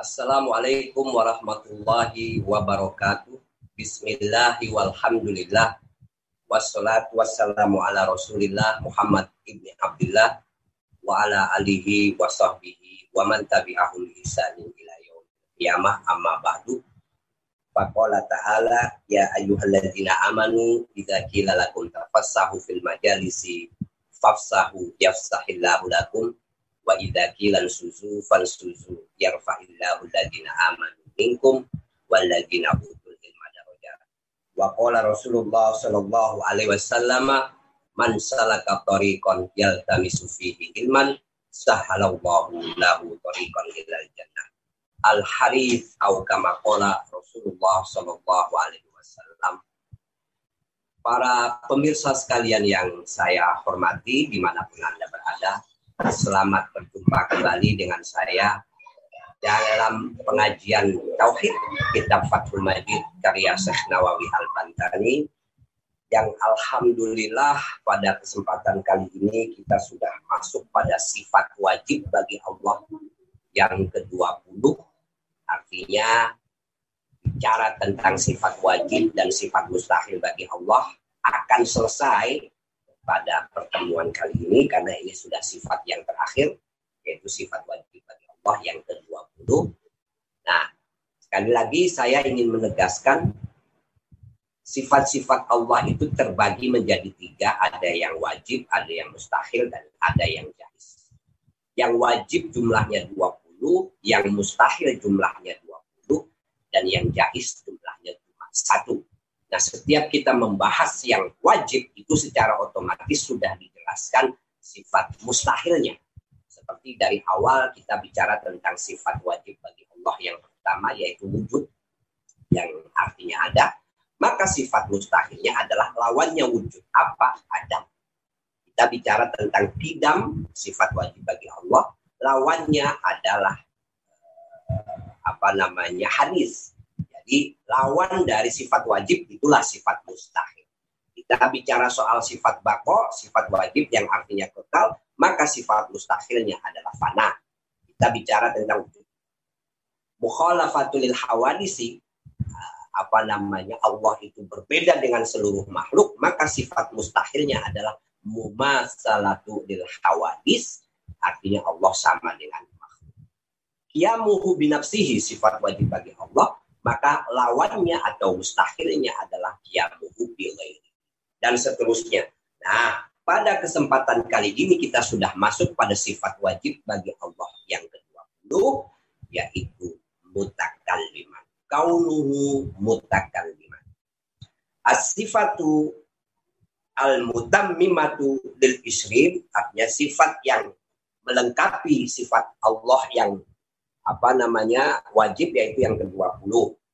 Assalamualaikum warahmatullahi wabarakatuh. Bismillahi walhamdulillah. Wassalatu wassalamu ala rasulillah Muhammad ibni Abdullah wa ala alihi wa sahbihi wa man tabi'ahum ihsanin ila yaumil qiyamah amma ba'du. Faqala ta'ala ya ayyuhalladzina amanu idza qila lakum tafassahu fil majalisi fafsahu yafsahillahu lakum wa idza qila suzu fansuzu yarfa'illahu alladziina amanu minkum walladziina utul ilma darajat. Wa qala Rasulullah sallallahu alaihi wasallam man salaka tariqan yaltamisu fihi ilman sahhalallahu lahu tariqan ilal jannah. Al-Harith au kama qala Rasulullah sallallahu alaihi wasallam. Para pemirsa sekalian yang saya hormati dimanapun Anda berada, selamat berjumpa kembali dengan saya dalam pengajian Tauhid Kitab Fathul Majid karya Syekh Nawawi Al-Bantani yang alhamdulillah pada kesempatan kali ini kita sudah masuk pada sifat wajib bagi Allah yang ke-20. Artinya bicara tentang sifat wajib dan sifat mustahil bagi Allah akan selesai pada pertemuan kali ini karena ini sudah sifat yang terakhir, yaitu sifat wajib bagi Allah yang ke-20. Nah, sekali lagi saya ingin menegaskan sifat-sifat Allah itu terbagi menjadi 3, ada yang wajib, ada yang mustahil, dan ada yang jaiz. Yang wajib jumlahnya 20, yang mustahil jumlahnya 20, dan yang jaiz jumlahnya cuma 1. Nah, setiap kita membahas yang wajib itu secara otomatis sudah dijelaskan sifat mustahilnya. Seperti dari awal kita bicara tentang sifat wajib bagi Allah yang pertama yaitu wujud, yang artinya ada. Maka sifat mustahilnya adalah lawannya wujud. Apa? Adam. Kita bicara tentang qidam, sifat wajib bagi Allah. Lawannya adalah hadis. Jadi lawan dari sifat wajib itulah sifat mustahil. Kita bicara soal sifat baqo, sifat wajib yang artinya kekal, maka sifat mustahilnya adalah fana. Kita bicara tentang mukhalafatul hawadisi, Allah itu berbeda dengan seluruh makhluk, maka sifat mustahilnya adalah mumasalatu lil hawadis, artinya Allah sama dengan makhluk. Qiyamuhu binafsihi, sifat wajib bagi Allah, maka lawannya atau mustahilnya adalah qiyamuhu bighairi, dan seterusnya. Nah, pada kesempatan kali ini kita sudah masuk pada sifat wajib bagi Allah yang ke-20, yaitu mutakalliman. Kaunuhu mutakalliman. As-sifatu al-mutammimatu lil isrim, artinya sifat yang melengkapi sifat Allah yang wajib, yaitu yang ke-20.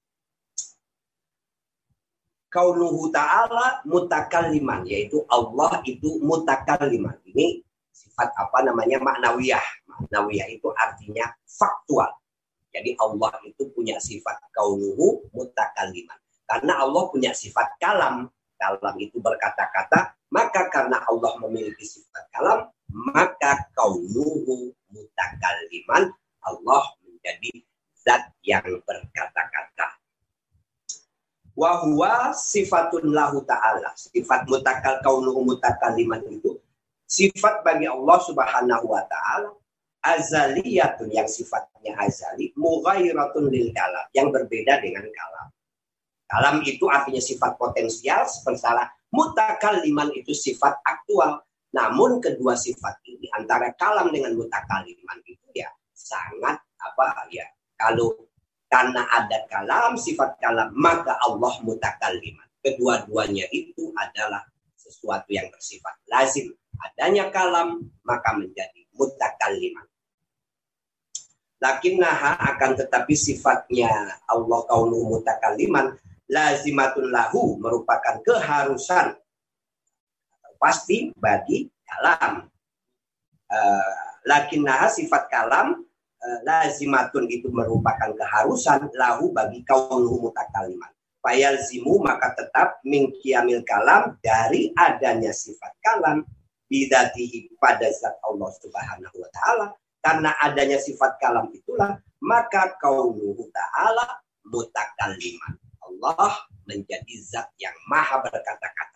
Kaunuhu ta'ala mutakalliman, yaitu Allah itu mutakalliman. Ini sifat maknawiyah. Maknawiyah itu artinya faktual. Jadi Allah itu punya sifat kaunuhu mutakalliman. Karena Allah punya sifat kalam. Kalam itu berkata-kata. Maka karena Allah memiliki sifat kalam, maka kaunuhu mutakalliman, Allah menjadi zat yang berkata-kata. Wa huwa sifatun lahu ta'ala. Sifat kaunuhu mutakalliman itu sifat bagi Allah Subhanahu wa ta'ala, azaliyatun, yang sifatnya azali, mughairatun lil kalam, yang berbeda dengan kalam. Kalam itu artinya sifat potensial, sementara mutakalliman itu sifat aktual. Namun kedua sifat ini antara kalam dengan mutakalliman itu sangat kalau karena ada kalam, sifat kalam, maka Allah mutakalliman. Kedua-duanya itu adalah sesuatu yang bersifat lazim. Adanya kalam, maka menjadi mutakalliman. Lakinnaha, akan tetapi sifatnya Allah kaunuhu mutakalliman, lazimatun lahu, merupakan keharusan atau pasti bagi kalam. Lakinnaha, sifat kalam, lazimatun itu merupakan keharusan lahu bagi kaunuhu mutakalliman. Fayalzimu, maka tetap min qiyamil kalam, dari adanya sifat kalam bidzatihi, pada zat Allah Subhanahu wa ta'ala, Karena adanya sifat kalam itulah maka qauluhu ta'ala mutakalliman. Allah menjadi zat yang maha berkata-kata.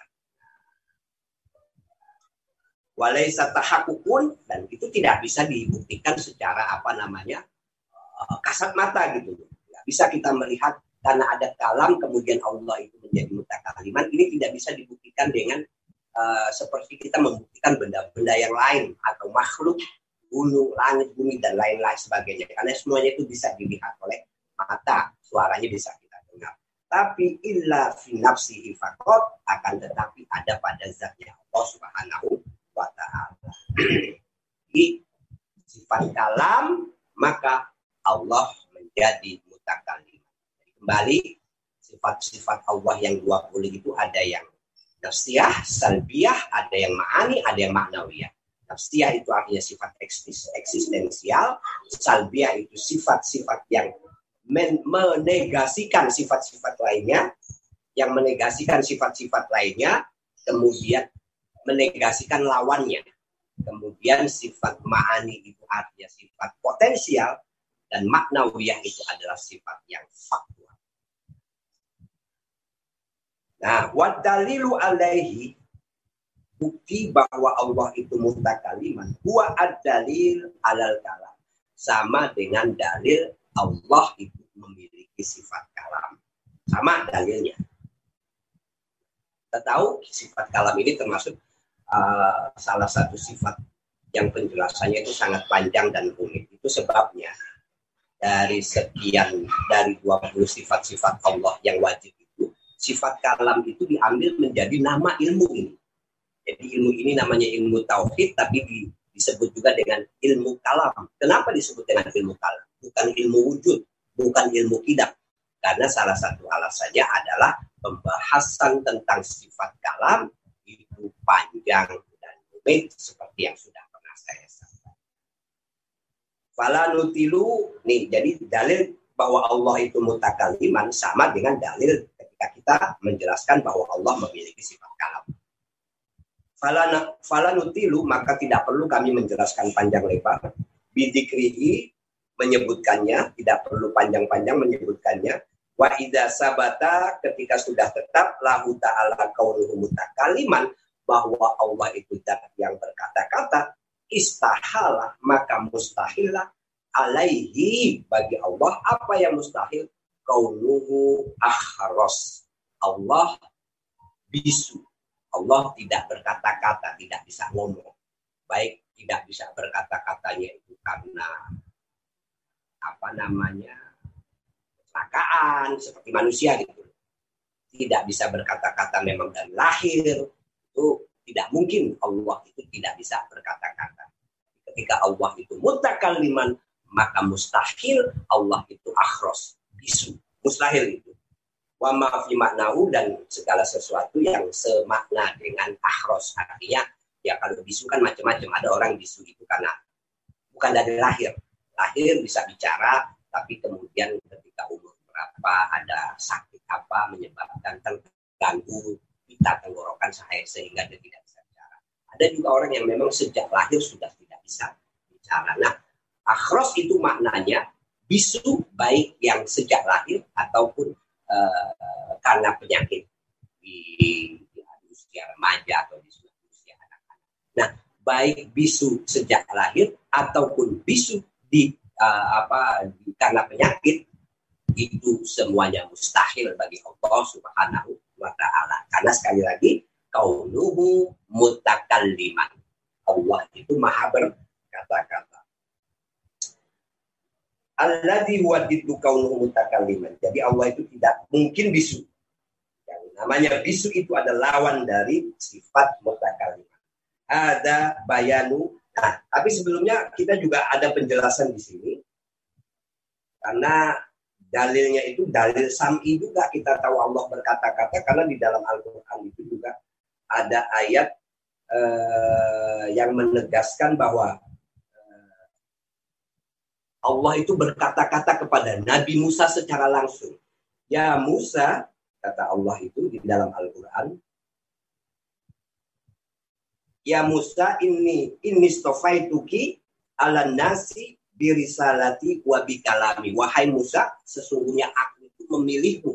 Walaysa tahaqqukun, dan itu tidak bisa dibuktikan secara kasat mata gitu. Tidak bisa kita melihat karena ada kalam kemudian Allah itu menjadi mutakalliman. Ini tidak bisa dibuktikan dengan seperti kita membuktikan benda-benda yang lain atau makhluk, gunung, langit, bumi dan lain-lain sebagainya. Karena semuanya itu bisa dilihat oleh mata, suaranya bisa kita dengar. Tapi illa fi nafsihi faqat, akan tetapi ada pada zatnya Allah Subhanahu wa ta'ala. Di sifat kalam, maka Allah menjadi mutakallim. Kembali, sifat-sifat Allah yang 20 itu ada yang nafsiyah, salbiyah, ada yang ma'ani, ada yang ma'nawiyah. Nafsiyah itu artinya sifat eksistensial, salbiyah itu sifat-sifat yang menegasikan sifat-sifat lainnya, kemudian menegasikan lawannya. Kemudian sifat ma'ani itu artinya sifat potensial, dan maknawiyah itu adalah sifat yang faktual. Nah, wa dalilu alaihi, bukti bahwa Allah itu mutakalliman, huwa ad-dalil alal kalam. Sama dengan dalil Allah itu memiliki sifat kalam. Sama dalilnya. Kita tahu sifat kalam ini termasuk salah satu sifat yang penjelasannya itu sangat panjang dan rumit. Itu sebabnya dari 20 sifat-sifat Allah yang wajib itu, sifat kalam itu diambil menjadi nama ilmu ini. Jadi ilmu ini namanya ilmu tauhid, tapi disebut juga dengan ilmu kalam. Kenapa disebut dengan ilmu kalam? Bukan ilmu wujud, bukan ilmu kitab. Karena salah satu alasannya adalah pembahasan tentang sifat kalam itu panjang dan rumit seperti yang sudah pernah saya sampaikan. Fala nutilu, nih, jadi dalil bahwa Allah itu mutakalliman sama dengan dalil ketika kita menjelaskan bahwa Allah memiliki sifat kalam. Fala nutilu, maka tidak perlu kami menjelaskan panjang lebar. Bidikrihi, menyebutkannya, tidak perlu panjang-panjang menyebutkannya. Wa idza sabata, ketika sudah tetap lahu ta'ala kaunuhu mutakalliman, bahwa Allah itu zat yang berkata-kata, istahala, maka mustahillah alaihi, bagi Allah apa yang mustahil? Kaunuhu akhros, Allah bisu, Allah tidak berkata-kata, tidak bisa ngomong. Baik tidak bisa berkata-katanya itu karena kecelakaan seperti manusia gitu. Tidak bisa berkata-kata memang dari lahir, itu tidak mungkin Allah itu tidak bisa berkata-kata. Ketika Allah itu mutakalliman, maka mustahil Allah itu akhros, bisu, mustahil itu. Wa ma fi maknahu, dan segala sesuatu yang semakna dengan akhros, artinya ya kalau bisu kan macam-macam. Ada orang bisu itu karena bukan dari lahir bisa bicara, tapi kemudian ketika umur berapa ada sakit apa menyebabkan terganggu pita tenggorokan sehingga dia tidak bisa bicara. Ada juga orang yang memang sejak lahir sudah tidak bisa bicara. Nah, akhros itu maknanya bisu, baik yang sejak lahir ataupun karena penyakit di usia remaja atau di usia anak-anak. Nah, baik bisu sejak lahir ataupun bisu karena penyakit, itu semuanya mustahil bagi Allah Subhanahu wa ta'ala. Karena sekali lagi, kaunuhu mutakalliman, Allah itu maha berkata-kata. Alladzi huwa diddu kaunuhu mutakalliman. Jadi Allah itu tidak mungkin bisu. Yang namanya bisu itu adalah lawan dari sifat mutakalliman. Ada bayanu. Nah, tapi sebelumnya kita juga ada penjelasan di sini. Karena dalilnya itu dalil sam'i juga, kita tahu Allah berkata-kata karena di dalam Al-Qur'an itu juga ada ayat yang menegaskan bahwa Allah itu berkata-kata kepada Nabi Musa secara langsung. Ya Musa, kata Allah itu di dalam Al-Qur'an, ya Musa, inni stofaituki ala nasi birisalati wa bikalami. Wahai Musa, sesungguhnya aku itu memilihmu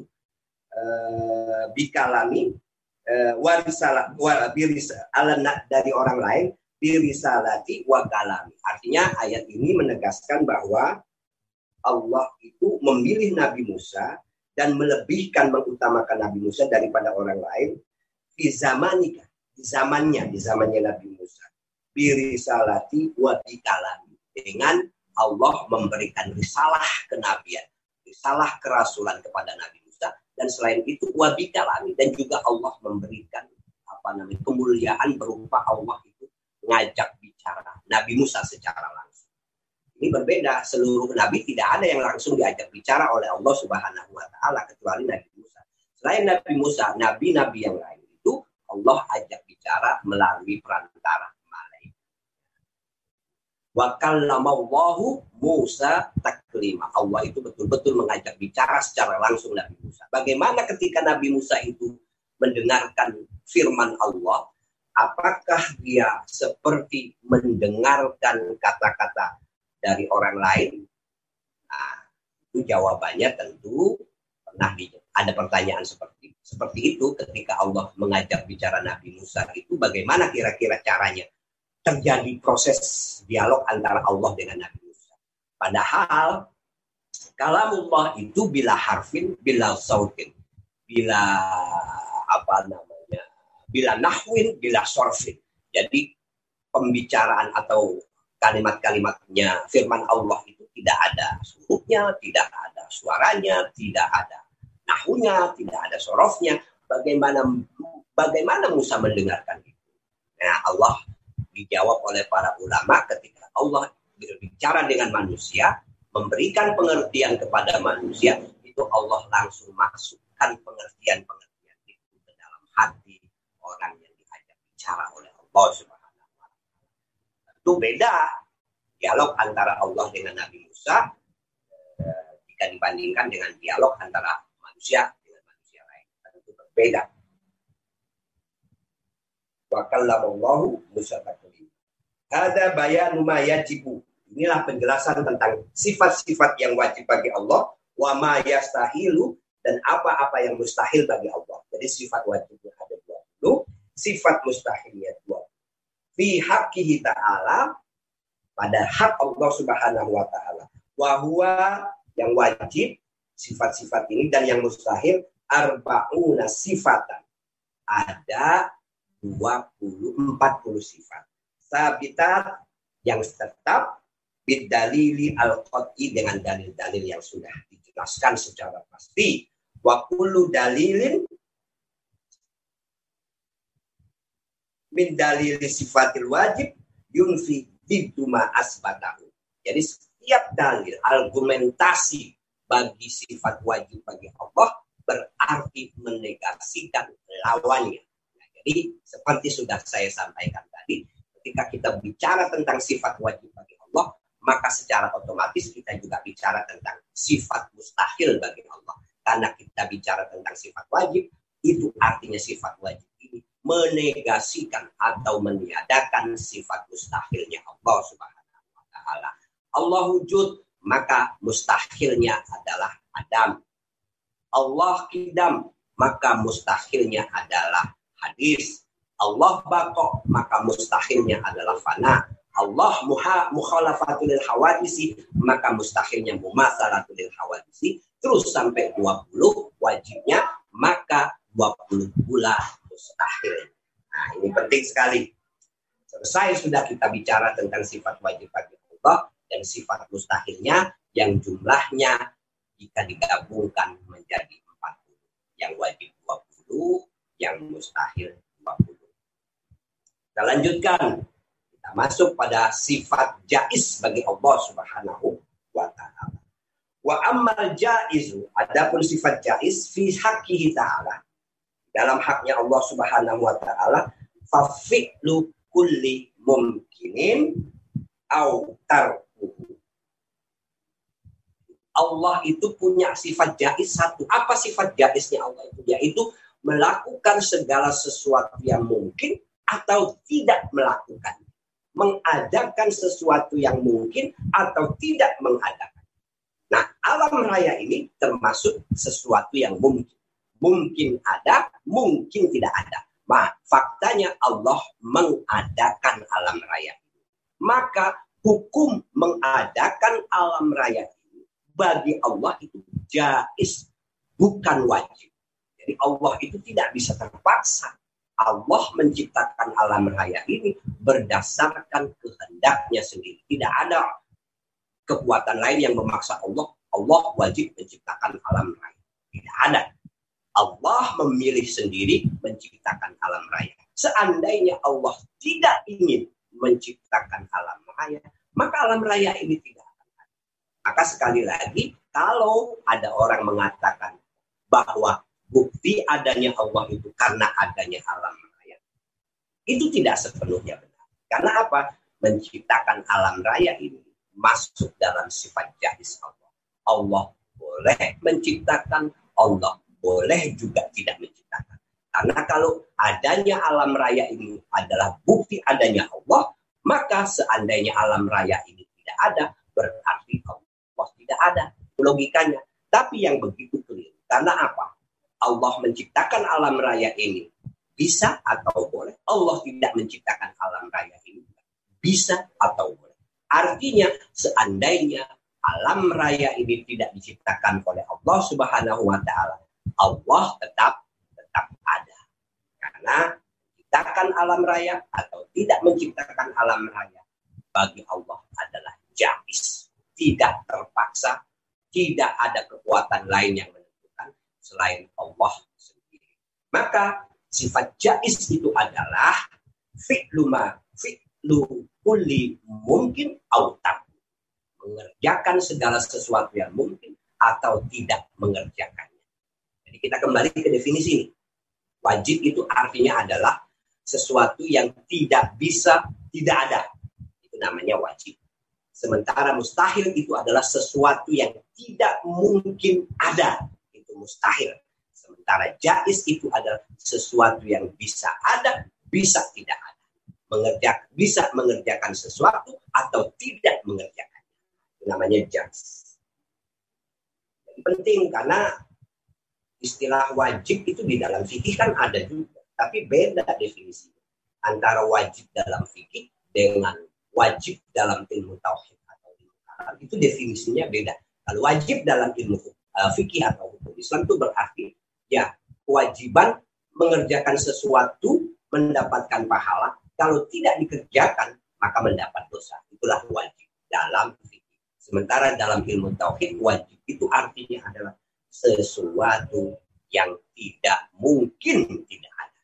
bikalami warisalah dari orang lain, birisalati wa kalami. Artinya ayat ini menegaskan bahwa Allah itu memilih Nabi Musa dan melebihkan, mengutamakan Nabi Musa daripada orang lain di zamannya Nabi Musa. Birisalati wa bikalami. Dengan Allah memberikan risalah kenabian, risalah kerasulan kepada Nabi Musa, dan selain itu wa bikalami, dan juga Allah memberikan kemuliaan berupa Allah itu ngajak bicara Nabi Musa secara langsung. Ini berbeda, seluruh nabi tidak ada yang langsung diajak bicara oleh Allah Subhanahu wa taala kecuali Nabi Musa. Selain Nabi Musa, nabi-nabi yang lain itu Allah ajak bicara melalui perantara malaikat. Wa kallamallahu Musa taklima. Allah itu betul-betul mengajak bicara secara langsung Nabi Musa. Bagaimana ketika Nabi Musa itu mendengarkan firman Allah, apakah dia seperti mendengarkan kata-kata dari orang lain? Nah, itu jawabannya tentu pernah ada pertanyaan seperti itu ketika Allah mengajak bicara Nabi Musa itu, bagaimana kira-kira caranya terjadi proses dialog antara Allah dengan Nabi Musa. Padahal kalamullah itu bila harfin, bila sautin, bila bila nahwin, bila sorfin. Jadi pembicaraan atau kalimat-kalimatnya firman Allah itu tidak ada hurufnya, tidak ada suaranya, tidak ada nahunya, tidak ada sorofnya. Bagaimana Musa mendengarkan itu? Nah, Allah dijawab oleh para ulama ketika Allah berbicara dengan manusia, memberikan pengertian kepada manusia, itu Allah langsung masukkan pengertian-pengertian itu ke dalam hati orang yang diajak bicara oleh Allah Subhanahu. Itu beda dialog antara Allah dengan Nabi Musa jika dibandingkan dengan dialog antara manusia dengan manusia lain. Itu berbeda. Wa kallamallahu Musa taklima. Hada bayanu ma yajibu. Inilah penjelasan tentang sifat-sifat yang wajib bagi Allah, wa ma yastahilu, dan apa-apa yang mustahil bagi Allah. Jadi sifat wajibnya ada 20, sifat mustahilnya 20. Fi haqqihi ta'ala, pada hak Allah Subhanahu wa ta'ala. Wa huwa, yang wajib sifat-sifat ini, dan yang mustahil arba'una sifatan. Ada 40 sifat. Sabitat, yang tetap, bidalili al-qat'i, dengan dalil-dalil yang sudah dijelaskan secara pasti. Wa kullu dalilin min dalili sifatil wajib yunfi biduma asbatahu. Jadi setiap dalil, argumentasi bagi sifat wajib bagi Allah berarti menegasikan lawannya. Nah, jadi seperti sudah saya sampaikan tadi, ketika kita bicara tentang sifat wajib bagi Allah, maka secara otomatis kita juga bicara tentang sifat mustahil bagi Allah. Karena kita bicara tentang sifat wajib, itu artinya sifat wajib ini menegasikan atau meniadakan sifat mustahilnya Allah Subhanahu wa ta'ala. Allah wujud, maka mustahilnya adalah Adam. Allah qidam, maka mustahilnya adalah hadis. Allah baqa, maka mustahilnya adalah fana. Allah mukhalafatul hawadisi, maka mustahilnya mumatsalatul hawadisi. Terus sampai 20 wajibnya, maka 20 pula mustahil. Nah, ini penting sekali. Selesai sudah kita bicara tentang sifat wajib bagi Allah dan sifat mustahilnya, yang jumlahnya jika digabungkan menjadi 40. Yang wajib 20, yang mustahil 20. Kita lanjutkan. Kita masuk pada sifat jaiz bagi Allah Subhanahu wa ta'ala. Wa ammal jaizu, adapun sifat jaiz fi haqqihi ta'ala, dalam haknya Allah Subhanahu wa ta'ala, fa fi'lu kulli mumkinin au tarkuhu. Allah itu punya sifat jaiz satu. Apa sifat jaiznya Allah itu? Yaitu melakukan segala sesuatu yang mungkin atau tidak melakukan. mengadakan sesuatu yang mungkin atau tidak mengadakan. Nah, alam raya ini termasuk sesuatu yang mungkin. Mungkin ada, mungkin tidak ada. Nah, faktanya Allah mengadakan alam raya. Maka hukum mengadakan alam raya ini bagi Allah itu jaiz, bukan wajib. Jadi Allah itu tidak bisa terpaksa. Allah menciptakan alam raya ini berdasarkan kehendaknya sendiri. Tidak ada kekuatan lain yang memaksa Allah. Allah wajib menciptakan alam raya. Tidak ada. Allah memilih sendiri menciptakan alam raya. Seandainya Allah tidak ingin menciptakan alam raya, maka alam raya ini tidak akan ada. Maka sekali lagi, kalau ada orang mengatakan bahwa bukti adanya Allah itu karena adanya alam raya, itu tidak sepenuhnya benar. Karena apa? Menciptakan alam raya ini masuk dalam sifat jaiz Allah. Allah boleh menciptakan, Allah boleh juga tidak menciptakan. Karena kalau adanya alam raya ini adalah bukti adanya Allah, maka seandainya alam raya ini tidak ada, berarti Allah tidak ada. Logikanya. Tapi yang begitu keliru. Karena apa? Allah menciptakan alam raya ini bisa atau boleh. Allah tidak menciptakan alam raya ini bisa atau boleh. Artinya seandainya alam raya ini tidak diciptakan oleh Allah Subhanahu wa taala, Allah tetap ada. Karena menciptakan alam raya atau tidak menciptakan alam raya bagi Allah adalah jaiz, tidak terpaksa, tidak ada kekuatan lain yang menentukan selain Allah sendiri. Maka sifat jaiz itu adalah fi'lu kulli mungkin au tak, mengerjakan segala sesuatu yang mungkin atau tidak mengerjakannya. Jadi kita kembali ke definisi ini. Wajib itu artinya adalah sesuatu yang tidak bisa tidak ada. Itu namanya wajib. Sementara mustahil itu adalah sesuatu yang tidak mungkin ada. Itu mustahil. Sementara jaiz itu adalah sesuatu yang bisa ada, bisa tidak ada. Bisa mengerjakan sesuatu atau tidak mengerjakan. Itu namanya jaiz. Jadi penting karena istilah wajib itu di dalam fikih kan ada juga. Tapi beda definisi antara wajib dalam fikih dengan wajib dalam ilmu tauhid atau ilmu kalam. Itu definisinya beda. Kalau wajib dalam ilmu fikih atau hukum Islam itu berarti ya kewajiban mengerjakan sesuatu mendapatkan pahala. Kalau tidak dikerjakan maka mendapat dosa. Itulah wajib dalam fikih. Sementara dalam ilmu tauhid wajib itu artinya adalah sesuatu yang tidak mungkin tidak ada.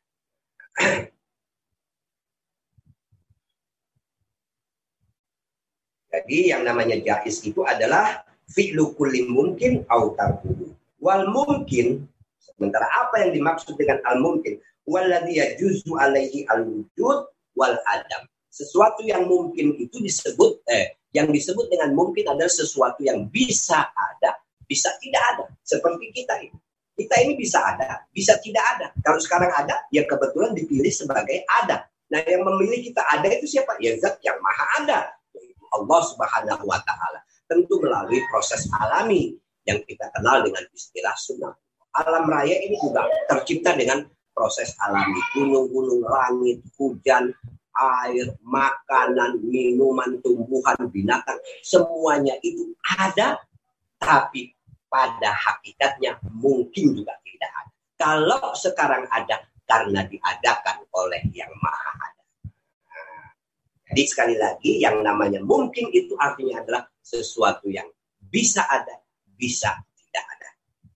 Jadi yang namanya jaiz itu adalah fi'lu kulli mungkin au tarkuhu. Wal mungkin, sementara apa yang dimaksud dengan al mungkin? Walladzi yajuzu alaihi al wujud wal adam. Sesuatu yang mungkin itu disebut yang disebut dengan mungkin adalah sesuatu yang bisa ada, bisa tidak ada. Seperti kita ini. Kita ini bisa ada, bisa tidak ada. Kalau sekarang ada, ya kebetulan dipilih sebagai ada. Nah, yang memilih kita ada itu siapa? Ya zat yang maha ada. Yaitu Allah Subhanahu wa ta'ala. Tentu melalui proses alami yang kita kenal dengan istilah sunnah. Alam raya ini juga tercipta dengan proses alami. Gunung-gunung, langit, hujan, air, makanan, minuman, tumbuhan, binatang. Semuanya itu ada, tapi pada hakikatnya mungkin juga tidak ada. Kalau sekarang ada karena diadakan oleh yang maha ada. Jadi sekali lagi yang namanya mungkin itu artinya adalah sesuatu yang bisa ada, bisa tidak ada.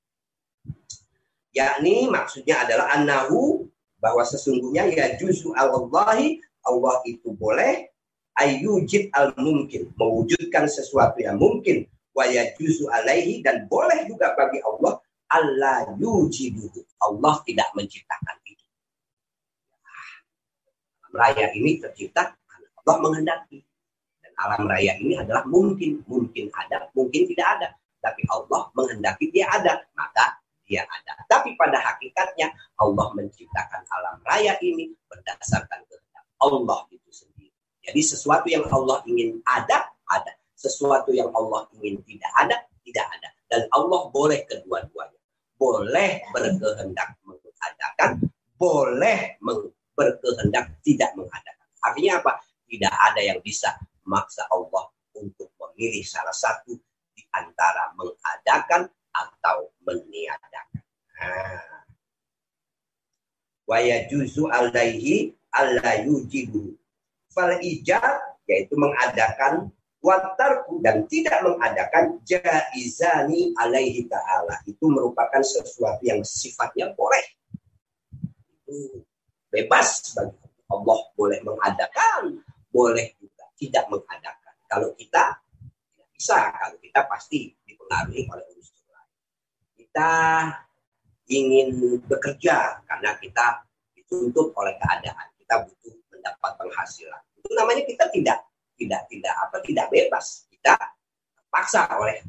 Yakni maksudnya adalah annahu, bahwa sesungguhnya ya juzu Allahi, Allah itu boleh ayyujid al-mungkin, mewujudkan sesuatu yang mungkin. Wa yajuzu alaihi, dan boleh juga bagi Allah alla yujiduhu, Allah tidak menciptakan itu. Alam raya ini tercipta karena Allah menghendaki. Dan alam raya ini adalah mungkin ada, mungkin tidak ada. Tapi Allah menghendaki dia ada, maka dia ada. Tapi pada hakikatnya Allah menciptakan alam raya ini berdasarkan kehendak Allah itu sendiri. Jadi sesuatu yang Allah ingin ada, ada. Sesuatu yang Allah ingin tidak ada, tidak ada. Dan Allah boleh kedua-duanya. Boleh berkehendak mengadakan, boleh berkehendak tidak mengadakan. Artinya apa? Tidak ada yang bisa memaksa Allah untuk memilih salah satu di antara mengadakan atau meniadakan. Wa yajuzu alaihi alla yujibu. Fal ijab, yaitu mengadakan, watarku, dan tidak mengadakan, jaizani alaihi ta'ala. Itu merupakan sesuatu yang sifatnya boleh. Itu bebas bagi Allah, boleh mengadakan, boleh juga tidak mengadakan. Kalau kita tidak bisa, kalau kita pasti dipengaruhi oleh unsur lain. Kita ingin bekerja karena kita dituntut oleh keadaan, kita butuh mendapat penghasilan. Itu namanya kita tidak bebas. Kita terpaksa oleh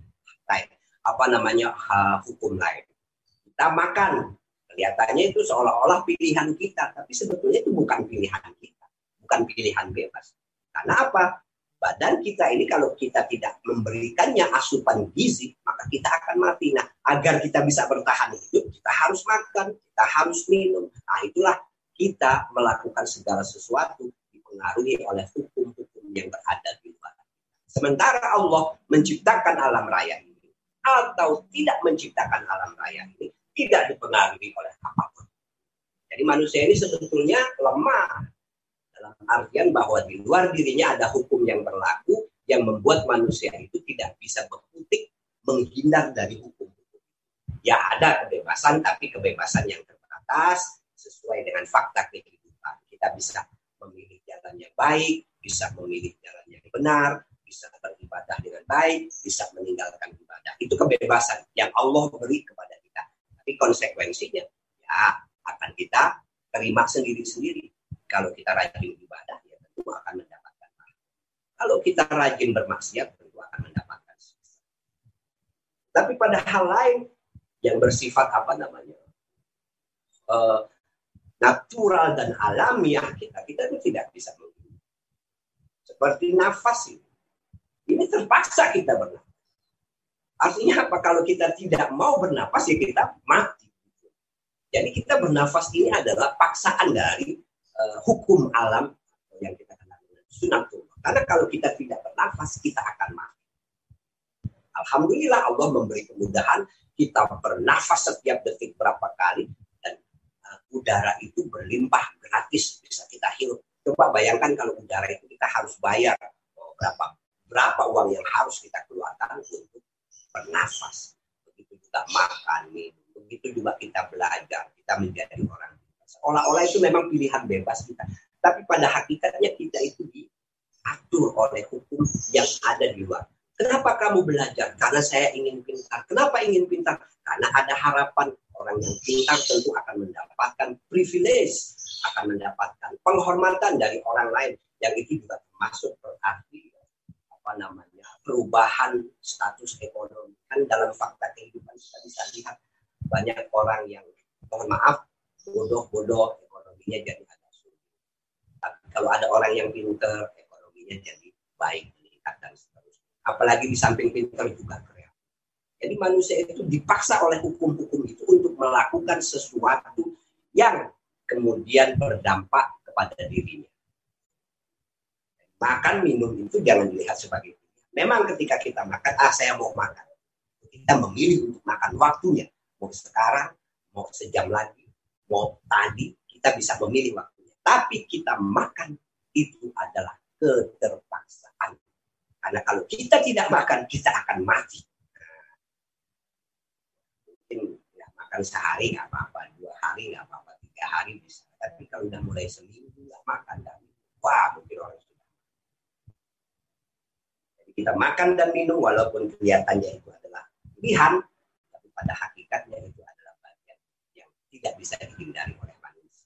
hukum lain. Kita makan, kelihatannya itu seolah-olah pilihan kita, tapi sebetulnya itu bukan pilihan kita, bukan pilihan bebas. Karena apa? Badan kita ini kalau kita tidak memberikannya asupan gizi, maka kita akan mati. Nah, agar kita bisa bertahan hidup, kita harus makan, kita harus minum. Nah, itulah kita melakukan segala sesuatu dipengaruhi oleh hukum-hukum yang berada di luar. Sementara Allah menciptakan alam raya ini, atau tidak menciptakan alam raya ini, tidak dipengaruhi oleh apapun. Jadi manusia ini sebetulnya lemah. Dalam artian bahwa di luar dirinya ada hukum yang berlaku yang membuat manusia itu tidak bisa berkutik menghindar dari hukum-hukum. Ya ada kebebasan, tapi kebebasan yang terbatas sesuai dengan fakta kehidupan. Kita bisa memilih jalan yang baik, bisa memilih jalan yang benar, bisa beribadah dengan baik, bisa meninggalkan ibadah. Itu kebebasan yang Allah beri kepada kita. Tapi konsekuensinya ya akan kita terima sendiri-sendiri. Kalau kita rajin ibadah, ya tentu akan mendapatkan pahala. Kalau kita rajin bermaksiat, tentu akan mendapatkan siksa. Tapi pada hal lain yang bersifat natural dan alamiah, kita itu tidak bisa menghidup. Seperti nafas ini terpaksa kita bernafas. Artinya apa? Kalau kita tidak mau bernafas, ya kita mati. Jadi kita bernafas ini adalah paksaan dari hukum alam yang kita kenal dengan sunatullah. Karena kalau kita tidak bernafas, kita akan mati. Alhamdulillah Allah memberi kemudahan, kita bernafas setiap detik berapa kali, dan udara itu berlimpah gratis bisa kita hirup. Coba bayangkan kalau udara itu kita harus bayar berapa uang yang harus kita keluarkan untuk bernafas. Begitu juga makan, minum, begitu juga kita belajar, kita menjadi orang. Seolah-olah itu memang pilihan bebas kita. Tapi pada hakikatnya kita itu diatur oleh hukum yang ada di luar. Kenapa kamu belajar? Karena saya ingin pintar. Kenapa ingin pintar? Karena ada harapan orang yang pintar tentu akan mendapatkan privilege, akan mendapatkan penghormatan dari orang lain. Yang itu juga termasuk berarti perubahan status ekonomi. Kan dalam fakta kehidupan kita bisa lihat banyak orang yang, mohon maaf, bodoh ekonominya jadi agak sulit. Tapi kalau ada orang yang pintar, ekonominya jadi baik, meningkat dan seterusnya. Apalagi di samping pintar juga kreatif. Jadi manusia itu dipaksa oleh hukum-hukum itu untuk melakukan sesuatu yang kemudian berdampak kepada dirinya. Makan, minum itu jangan dilihat sebagai pilihan. Memang ketika kita makan, saya mau makan. Kita memilih untuk makan waktunya. Mau sekarang, mau sejam lagi. Mau tadi, kita bisa memilih waktunya. Tapi kita makan itu adalah keterpaksaan. Karena kalau kita tidak makan, kita akan mati. Mungkin nggak makan sehari nggak apa-apa, 2 hari nggak apa-apa, 3 hari bisa. Tapi kalau udah mulai seminggu nggak makan, wah mungkin orang sudah. Jadi kita makan dan minum walaupun kelihatannya itu adalah pilihan, tapi pada hakikatnya itu adalah bagian yang tidak bisa dihindari oleh manusia.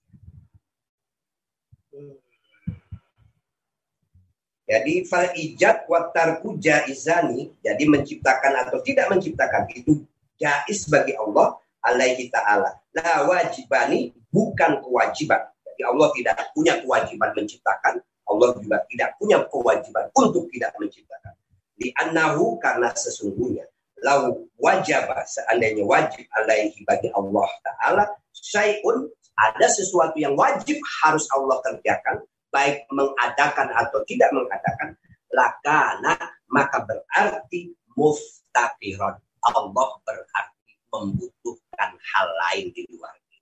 Jadi fal ijad wa tarku jaizani, jadi menciptakan atau tidak menciptakan itu jaiz bagi Allah alaihi ta'ala. La wajibani, bukan kewajiban. Jadi Allah tidak punya kewajiban menciptakan Allah juga tidak punya kewajiban untuk tidak menciptakan. Li'annahu, karena sesungguhnya lau wajaba, seandainya wajib alaihi bagi Allah Ta'ala syai'un, ada sesuatu yang wajib harus Allah kerjakan, baik mengadakan atau tidak mengadakan, lakana, maka berarti muftaqiran, Allah berarti membutuhkan hal lain di luar itu.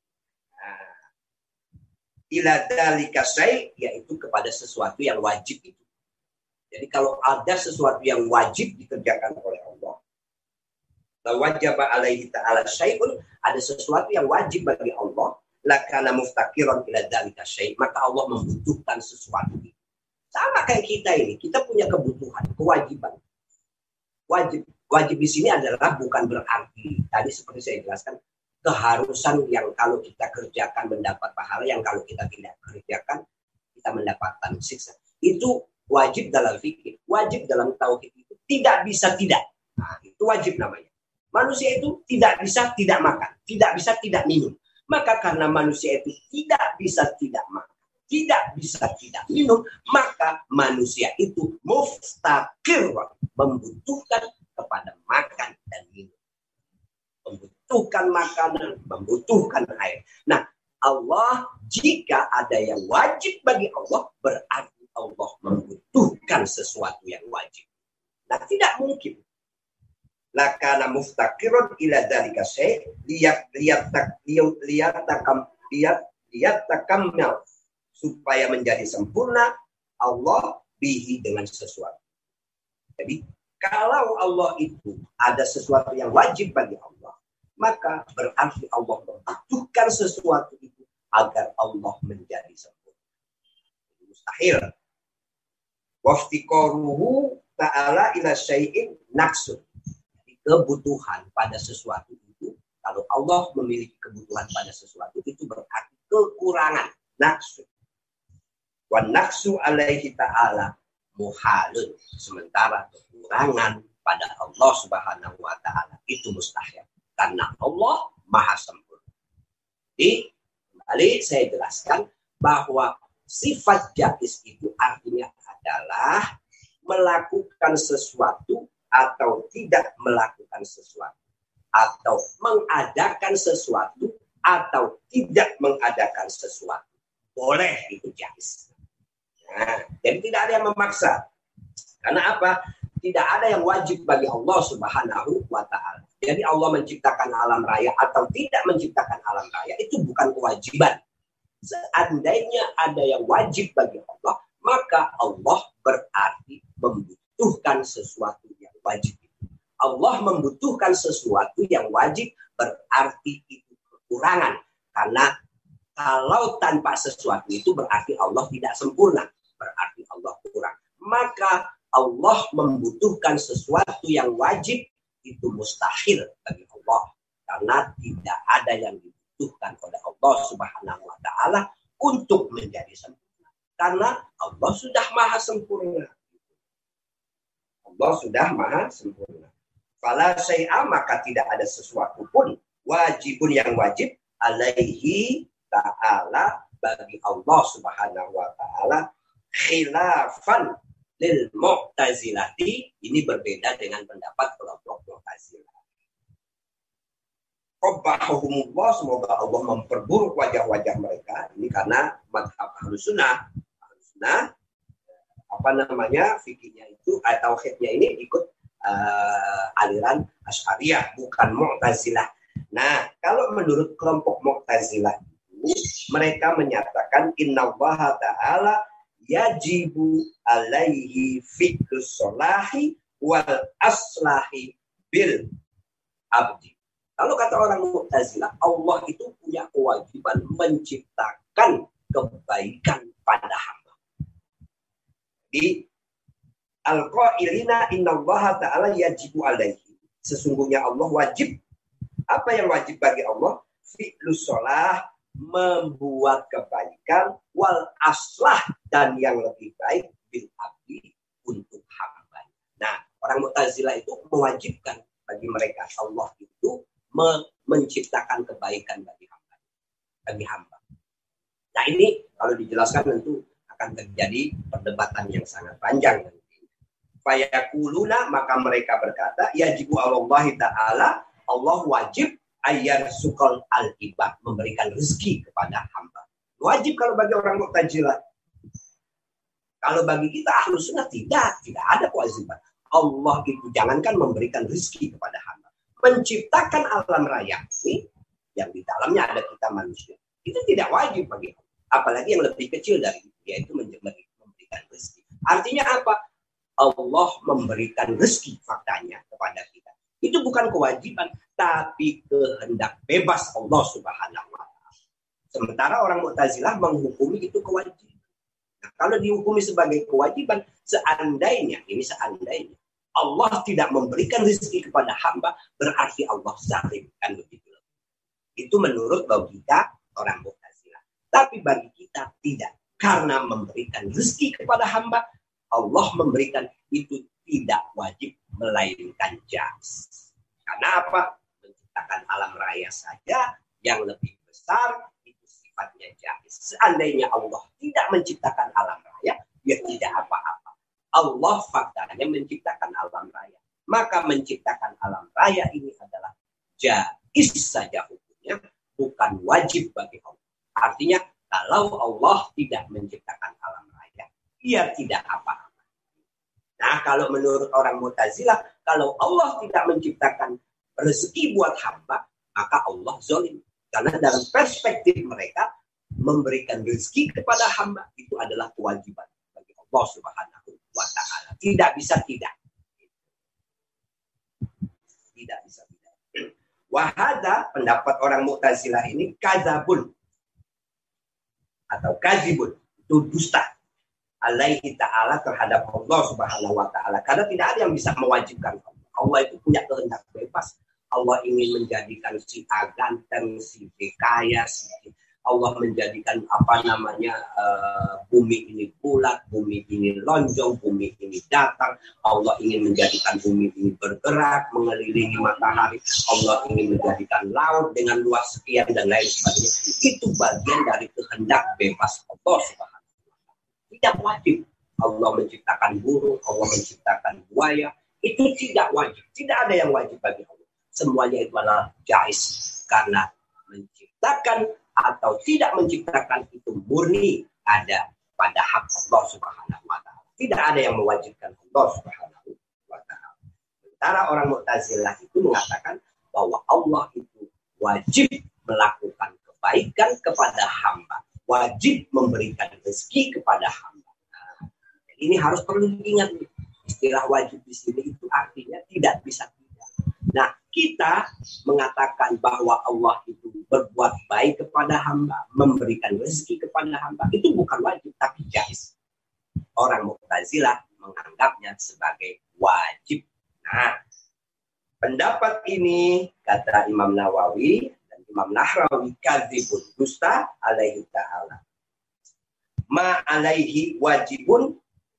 Ila dzalika syai', yaitu kepada sesuatu yang wajib itu. Jadi kalau ada sesuatu yang wajib dikerjakan oleh Allah, la wajaba alaihi ta'ala syai'un, ada sesuatu yang wajib bagi Allah, lakana muftaqiran ila dzalika syai', maka Allah membutuhkan sesuatu itu. Sama kayak kita ini, kita punya kebutuhan, kewajiban. Wajib di sini adalah bukan berarti tadi seperti saya jelaskan keharusan yang kalau kita kerjakan mendapat pahala, yang kalau kita tidak kerjakan kita mendapatkan siksa. Itu wajib dalam fikih, wajib dalam tauhid itu tidak bisa tidak. Nah, itu wajib namanya. Manusia itu tidak bisa tidak makan, tidak bisa tidak minum. Maka karena manusia itu tidak bisa tidak makan, tidak bisa tidak minum, maka manusia itu muftaqir, membutuhkan kepada makan dan minum. Membutuhkan makanan, membutuhkan air. Nah, Allah, jika ada yang wajib bagi Allah, berarti Allah membutuhkan sesuatu yang wajib. Nah, tidak mungkin. Lakana muftaqirun ila dzalika syai' lihat takammal, supaya menjadi sempurna Allah bihi, dengan sesuatu. Jadi, kalau Allah itu ada sesuatu yang wajib bagi Allah, maka berarti Allah membutuhkan sesuatu itu agar Allah menjadi sempurna. Mustahil. Waftiqaruhu ta'ala ila syai'in naqsun. Kebutuhan pada sesuatu itu, kalau Allah memiliki kebutuhan pada sesuatu itu berarti kekurangan, naqsun. Wa naqsu alaihi ta'ala muhalun. Sementara kekurangan pada Allah Subhanahu wa ta'ala itu mustahil, karena Allah maha sempurna. Jadi kembali saya jelaskan bahwa sifat jaiz itu artinya adalah melakukan sesuatu atau tidak melakukan sesuatu, atau mengadakan sesuatu atau tidak mengadakan sesuatu. Boleh, itu jaiz. Nah, jadi tidak ada yang memaksa. Karena apa? Tidak ada yang wajib bagi Allah Subhanahu wa ta'ala. Jadi Allah menciptakan alam raya atau tidak menciptakan alam raya itu bukan kewajiban. Seandainya ada yang wajib bagi Allah, maka Allah berarti membutuhkan sesuatu yang wajib. Allah membutuhkan sesuatu yang wajib berarti itu kekurangan. Karena kalau tanpa sesuatu itu berarti Allah tidak sempurna. Berarti Allah kurang. Maka Allah membutuhkan sesuatu yang wajib itu mustahil bagi Allah. Karena tidak ada yang dibutuhkan oleh Allah Subhanahu wa ta'ala untuk menjadi sempurna. Karena Allah sudah maha sempurna. Allah sudah maha sempurna. Fala syai'a, maka tidak ada sesuatu pun wajibun yang wajib alaihi ta'ala bagi Allah Subhanahu wa ta'ala, khilafan lil mu'tazilati. Ini berbeda dengan pendapat kelompok Mu'tazilah. Qabbahumullah, semoga Allah memperburuk wajah-wajah mereka. Ini karena mazhab Ahlussunnah. Fikihnya itu tauhidnya ini ikut aliran Asy'ariyah, bukan Mu'tazilah. Nah, kalau menurut kelompok Mu'tazilah itu, mereka menyatakan innallaha ta'ala yajibu alaihi fi'lus sholahi wal aslahi bil abdi. Kalau kata orang Mu'tazilah, Allah itu punya kewajiban menciptakan kebaikan pada hamba. Di al-qailina innallaha ta'ala yajibu alaihi. Sesungguhnya Allah wajib. Apa yang wajib bagi Allah? Fi'lus sholah, membuat kebaikan, wal aslah, dan yang lebih baik bil abdi, untuk hamba. Nah, orang Mu'tazilah itu mewajibkan bagi mereka Allah itu menciptakan kebaikan bagi hamba. Nah, ini kalau dijelaskan tentu akan akan terjadi perdebatan yang sangat panjang. Fayakuluna, maka mereka berkata, yajibu Allah Ta'ala, Allah wajib ayar sukol al-ibad, memberikan rezeki kepada hamba. Wajib kalau bagi orang Mu'tazilah. Kalau bagi kita Ahlus Sunnah tidak ada kewajiban. Allah itu jangankan memberikan rezeki kepada hamba, menciptakan alam raya ini yang di dalamnya ada kita manusia, itu tidak wajib bagi Allah. Apalagi yang lebih kecil dari itu, yaitu memberikan rezeki. Artinya apa? Allah memberikan rezeki faktanya kepada kita. Itu bukan kewajiban, tapi kehendak bebas Allah Subhanahu wa Ta'ala. Sementara orang Mu'tazilah menghukumi itu kewajiban. Nah, kalau dihukumi sebagai kewajiban, seandainya Allah tidak memberikan rezeki kepada hamba, berarti Allah zalim, kan begitu. Itu menurut logika orang Mu'tazilah. Tapi bagi kita tidak. Karena memberikan rezeki kepada hamba, Allah memberikan itu tidak wajib, melainkan jaiz. Karena apa? Menciptakan alam raya saja yang lebih besar itu sifatnya jaiz. Seandainya Allah tidak menciptakan alam raya, ya tidak apa-apa. Allah faktanya menciptakan alam raya. Maka menciptakan alam raya ini adalah jaiz saja hukumnya, bukan wajib bagi Allah. Artinya kalau Allah tidak menciptakan alam raya, ia tidak apa-apa. Nah, kalau menurut orang Mu'tazilah, kalau Allah tidak menciptakan rezeki buat hamba, maka Allah zalim. Karena dalam perspektif mereka, memberikan rezeki kepada hamba itu adalah kewajiban bagi Allah Subhanahu wa Ta'ala. Tidak bisa tidak. Tidak bisa tidak. Wahada, pendapat orang Mu'tazilah ini, kadzabun atau kadzibun, itu dusta. Alaihi ta'ala terhadap Allah Subhanahu wa Ta'ala. Karena tidak ada yang bisa mewajibkan Allah. Allah itu punya kehendak bebas. Allah ingin menjadikan si A ganteng, si B kaya, Allah menjadikan bumi ini bulat, bumi ini lonjong, bumi ini datar. Allah ingin menjadikan bumi ini bergerak mengelilingi matahari. Allah ingin menjadikan laut dengan luas sekian dan lain sebagainya. Itu bagian dari kehendak bebas Allah Subhanahu. Tidak wajib. Allah menciptakan burung, Allah menciptakan buaya, itu tidak wajib. Tidak ada yang wajib bagi Allah. Semuanya itu adalah jaiz. Karena menciptakan atau tidak menciptakan itu murni ada pada hak Allah Subhanahu wa Ta'ala. Tidak ada yang mewajibkan Allah Subhanahu wa Ta'ala. Sementara orang Mu'tazilah itu mengatakan bahwa Allah itu wajib melakukan kebaikan kepada hamba. Wajib memberikan rezeki kepada hamba. Nah, ini harus perlu diingat. Istilah wajib di sini itu artinya tidak bisa tidak. Nah, kita mengatakan bahwa Allah itu berbuat baik kepada hamba, memberikan rezeki kepada hamba, itu bukan wajib, tapi jaiz. Orang Mu'tazilah menganggapnya sebagai wajib. Nah, pendapat ini, kata Imam Nawawi, Imam Nahrawi, kadzibun, dusta alaihi ta'ala. Ma alaihi wajibun,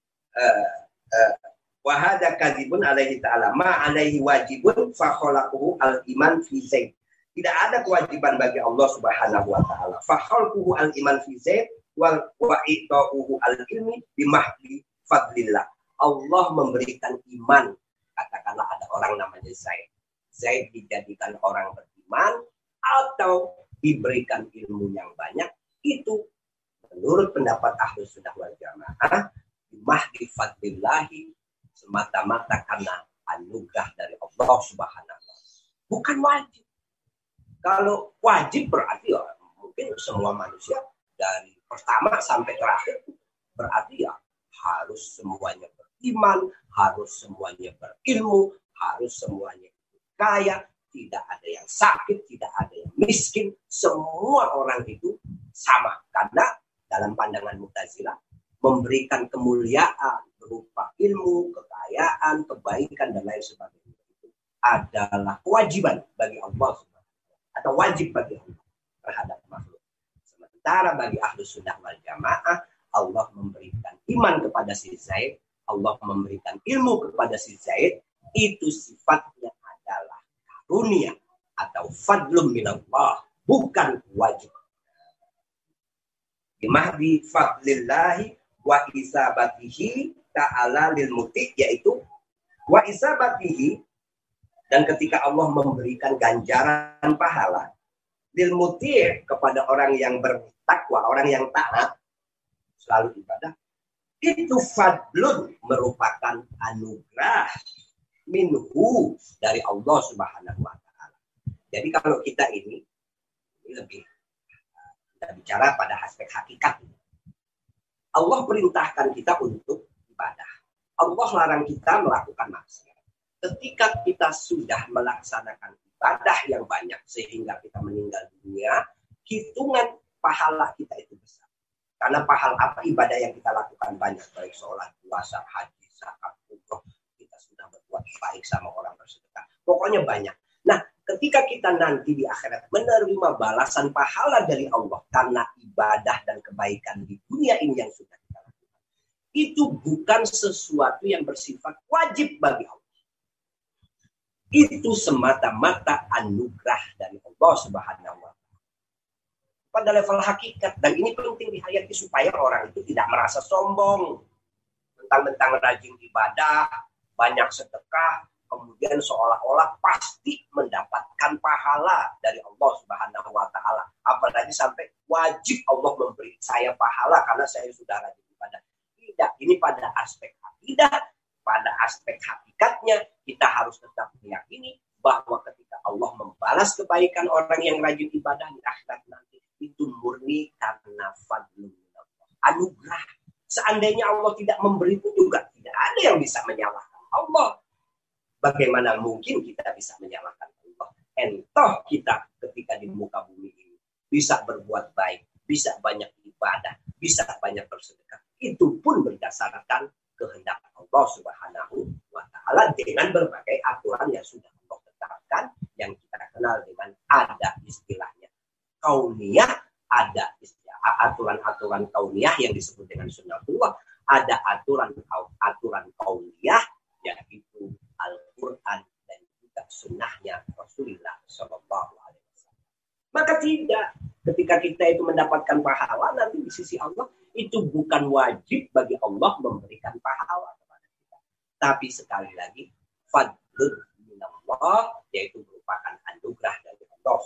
wahada kadzibun alaihi ta'ala. Ma alaihi wajibun, fakholakuhu al-iman fi zaid. Tidak ada kewajiban bagi Allah Subhanahu wa Ta'ala. Fakholakuhu al-iman fi zaid, wa'ita'uhu al-ilmi bimahdi fadlillah. Allah memberikan iman. Katakanlah ada orang namanya Zaid. Zaid dijadikan orang beriman, atau diberikan ilmu yang banyak, itu menurut pendapat Ahlus Sunnah wal Jamaah mahdi fadlillahi, semata-mata karena anugerah dari Allah Subhanahu wa Ta'ala. Bukan wajib. Kalau wajib berarti ya mungkin semua manusia dari pertama sampai terakhir berarti ya harus semuanya beriman, harus semuanya berilmu, harus semuanya kaya. Tidak ada yang sakit, tidak ada yang miskin. Semua orang itu sama. Karena dalam pandangan Mu'tazilah, memberikan kemuliaan berupa ilmu, kekayaan, kebaikan, dan lain sebagainya itu adalah kewajiban bagi Allah. Atau wajib bagi Allah terhadap makhluk. Sementara bagi Ahlus Sunnah wal Jamaah, Allah memberikan iman kepada si Zaid, Allah memberikan ilmu kepada si Zaid, itu sifatnya adalah karunia atau fadlum minallah, bukan wajib. Bimahdi fadlillahi wa isabatihi ta'ala lil muti, yaitu wa isabatihi, dan ketika Allah memberikan ganjaran pahala lil muti kepada orang yang bertakwa, orang yang taat selalu ibadah, itu fadlun, merupakan anugerah minhu, dari Allah Subhanahu wa taala. Jadi kalau kita ini lebih kita bicara pada aspek hakikat. Allah perintahkan kita untuk ibadah. Allah larang kita melakukan maksiat. Ketika kita sudah melaksanakan ibadah yang banyak sehingga kita meninggal dunia, hitungan pahala kita itu besar. Karena pahala apa ibadah yang kita lakukan banyak, baik sholat, puasa, haji, zakat, umroh, kita sudah berbuat baik sama orang bersedekah. Pokoknya banyak. Nah, ketika kita nanti di akhirat menerima balasan pahala dari Allah karena ibadah dan kebaikan di dunia ini yang sudah kita lakukan, itu bukan sesuatu yang bersifat wajib bagi Allah. Itu semata-mata anugerah dari Allah Subhanahu wa taala. Pada level hakikat, dan ini penting dihayati supaya orang itu tidak merasa sombong. Mentang-mentang rajin ibadah, banyak sedekah, kemudian seolah-olah pasti mendapatkan pahala dari Allah Subhanahu wa taala. Apalagi sampai wajib Allah memberi saya pahala karena saya sudah rajin ibadah. Tidak, ini pada aspek akidah, pada aspek hakikatnya kita harus tetap meyakini bahwa ketika Allah membalas kebaikan orang yang rajin ibadah di akhirat nanti, itu murni karena fadlun Allah, anugerah. Seandainya Allah tidak memberi itu juga tidak ada yang bisa menyalahkan Allah. Bagaimana mungkin kita bisa menyalahkan Allah? Entah kita ketika di muka bumi ini bisa berbuat baik, bisa banyak ibadah, bisa banyak bersedekah. Itu pun berdasarkan kehendak Allah Subhanahu wa taala dengan berbagai aturan yang sudah Allah tetapkan, yang kita kenal dengan ada istilahnya kauniyah, ada istilah aturan-aturan kauniyah yang disebut dengan sunnatullah, ada aturan kauniyah yaitu Al-Quran dan juga sunnahnya Rasulullah Shallallahu Alaihi Wasallam. Maka tidak, ketika kita itu mendapatkan pahala nanti di sisi Allah, itu bukan wajib bagi Allah memberikan pahala kepada kita. Tapi sekali lagi, fadlun minallah, yaitu merupakan anugerah dari Allah.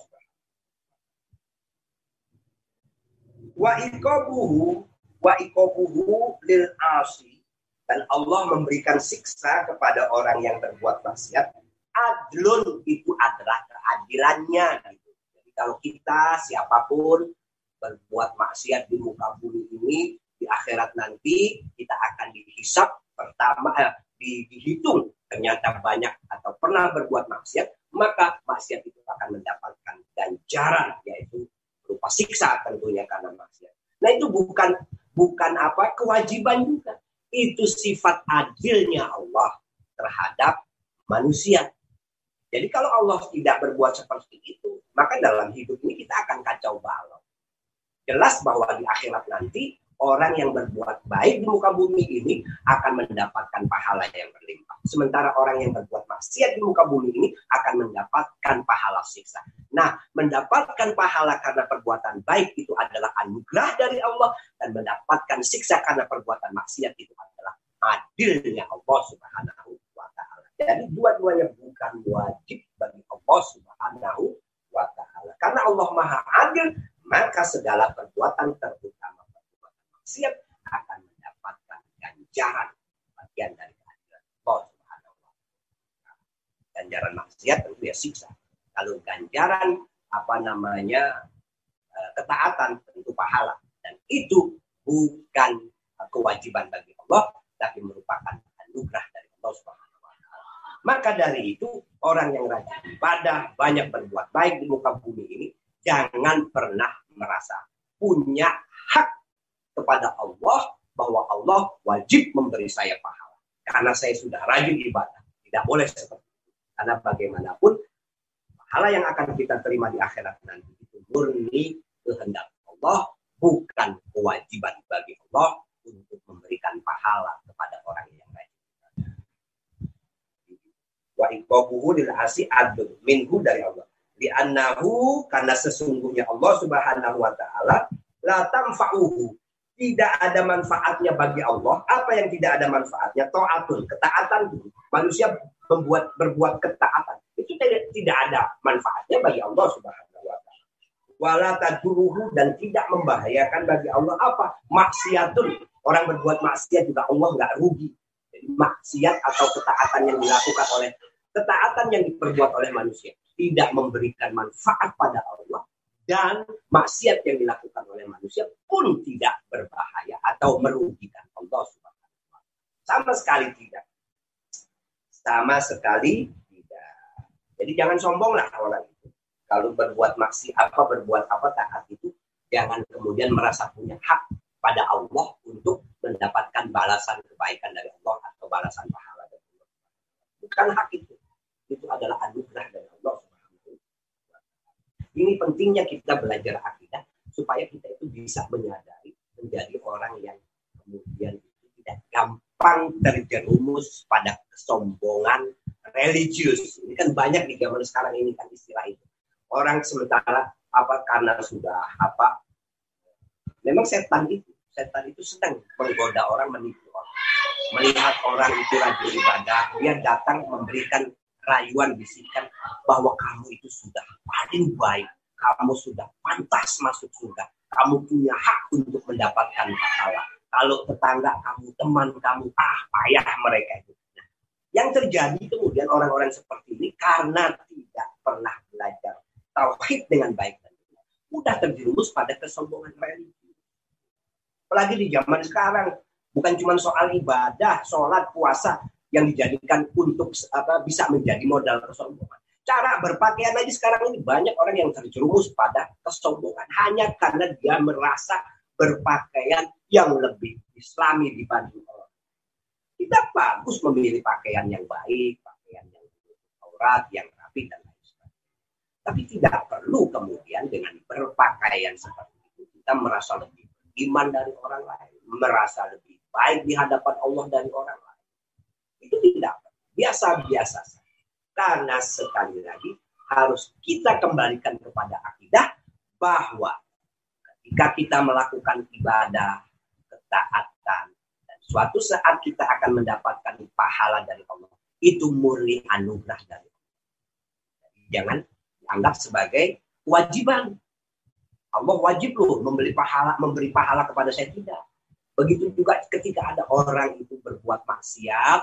Wa iqabuhu lil asi, dan Allah memberikan siksa kepada orang yang berbuat maksiat. Adlun, itu adalah keadilannya. Gitu. Jadi kalau kita siapapun berbuat maksiat di muka bumi ini, di akhirat nanti kita akan dihisab pertama, dihitung ternyata banyak atau pernah berbuat maksiat, maka maksiat itu akan mendapatkan ganjaran, yaitu berupa siksa tentunya karena maksiat. Nah itu bukan apa kewajiban juga. Itu sifat adilnya Allah terhadap manusia. Jadi kalau Allah tidak berbuat seperti itu, maka dalam hidup ini kita akan kacau balau. Jelas bahwa di akhirat nanti orang yang berbuat baik di muka bumi ini akan mendapatkan pahala yang berlimpah. Sementara orang yang berbuat maksiat di muka bumi ini akan mendapatkan pahala siksa. Nah, mendapatkan pahala karena perbuatan baik itu adalah anugerah dari Allah, dan mendapatkan siksa karena perbuatan maksiat itu adalah adilnya Allah Subhanahu wa taala. Jadi dua-duanya bukan wajib bagi Allah Subhanahu wa taala. Karena Allah Maha Adil, maka segala perbuatan terutama perbuatan maksiat akan mendapatkan ganjaran bagian dari keadilan Allah Subhanahu wa taala. Ganjaran maksiat tentu ya siksa. Kalau ganjaran ketaatan tentu pahala, dan itu bukan kewajiban bagi Allah, tapi merupakan anugerah dari Allah Subhanahu wa taala. Maka dari itu orang yang rajin ibadah, banyak berbuat baik di muka bumi ini, jangan pernah merasa punya hak kepada Allah bahwa Allah wajib memberi saya pahala karena saya sudah rajin ibadah. Tidak boleh seperti itu. Karena bagaimanapun pahala yang akan kita terima di akhirat nanti itu murni kehendak Allah, bukan kewajiban bagi Allah untuk memberikan pahala kepada orang yang lain. Wa iqabuhu lil asi adl minhu, dari Allah. Li'annahu, karena sesungguhnya Allah Subhanahu wa taala la tanfa'uhu, Tidak ada manfaatnya bagi Allah. Apa yang tidak ada manfaatnya? Ta'atun, ketaatan. Manusia berbuat ketaatan. Itu tidak ada manfaatnya bagi Allah Subhanahu wa taala. Wala taduruhu, dan tidak membahayakan bagi Allah apa? Maksiatun. Orang berbuat maksiat juga Allah nggak rugi. Jadi maksiat atau ketaatan yang diperbuat oleh manusia tidak memberikan manfaat pada Allah, dan maksiat yang dilakukan oleh manusia pun tidak berbahaya atau merugikan Allah Subhanahu wa taala. Sama sekali tidak. Sama sekali tidak. Jadi jangan sombonglah orang itu. Kalau berbuat maksiat berbuat apa taat itu, jangan kemudian merasa punya hak pada Allah untuk mendapatkan balasan kebaikan dari Allah atau balasan pahala dari Allah. Bukan hak itu. Itu adalah anugerah dari Allah Subhanahu wa taala. Ini pentingnya kita belajar akidah supaya kita itu bisa menyadari menjadi orang yang kemudian tidak gampang terjerumus pada kesombongan religius. Ini kan banyak di zaman sekarang ini kan istilah itu. Orang sementara karena sudah memang setan itu sedang menggoda orang, menipu orang. Melihat orang itu rajin ibadah, dia datang memberikan rayuan, bisikan bahwa kamu itu sudah paling baik, kamu sudah pantas masuk surga, kamu punya hak untuk mendapatkan pahala. Kalau tetangga kamu, teman kamu, payah mereka itu. Nah, yang terjadi kemudian orang-orang seperti ini karena tidak pernah belajar tauhid dengan baik dan benar, mudah terjerumus pada kesombongan religi. Apalagi di zaman sekarang, bukan cuma soal ibadah, sholat, puasa yang dijadikan untuk bisa menjadi modal kesombongan. Cara berpakaian aja sekarang ini banyak orang yang terjerumus pada kesombongan hanya karena dia merasa berpakaian yang lebih islami dibanding orang. Kita bagus memilih pakaian yang baik, pakaian yang aurat, yang rapi dan lain sebagainya. Tapi tidak perlu kemudian dengan berpakaian seperti itu kita merasa lebih beriman dari orang lain, merasa lebih baik di hadapan Allah dari orang lain. Itu tidak biasa-biasa saja. Karena sekali lagi harus kita kembalikan kepada akidah bahwa ketika kita melakukan ibadah, ketaatan, dan suatu saat kita akan mendapatkan pahala dari Allah, itu murni anugerah dari Allah. Jadi jangan dianggap sebagai kewajiban. Allah wajib loh memberi pahala kepada saya, tidak. Begitu juga ketika ada orang itu berbuat maksiat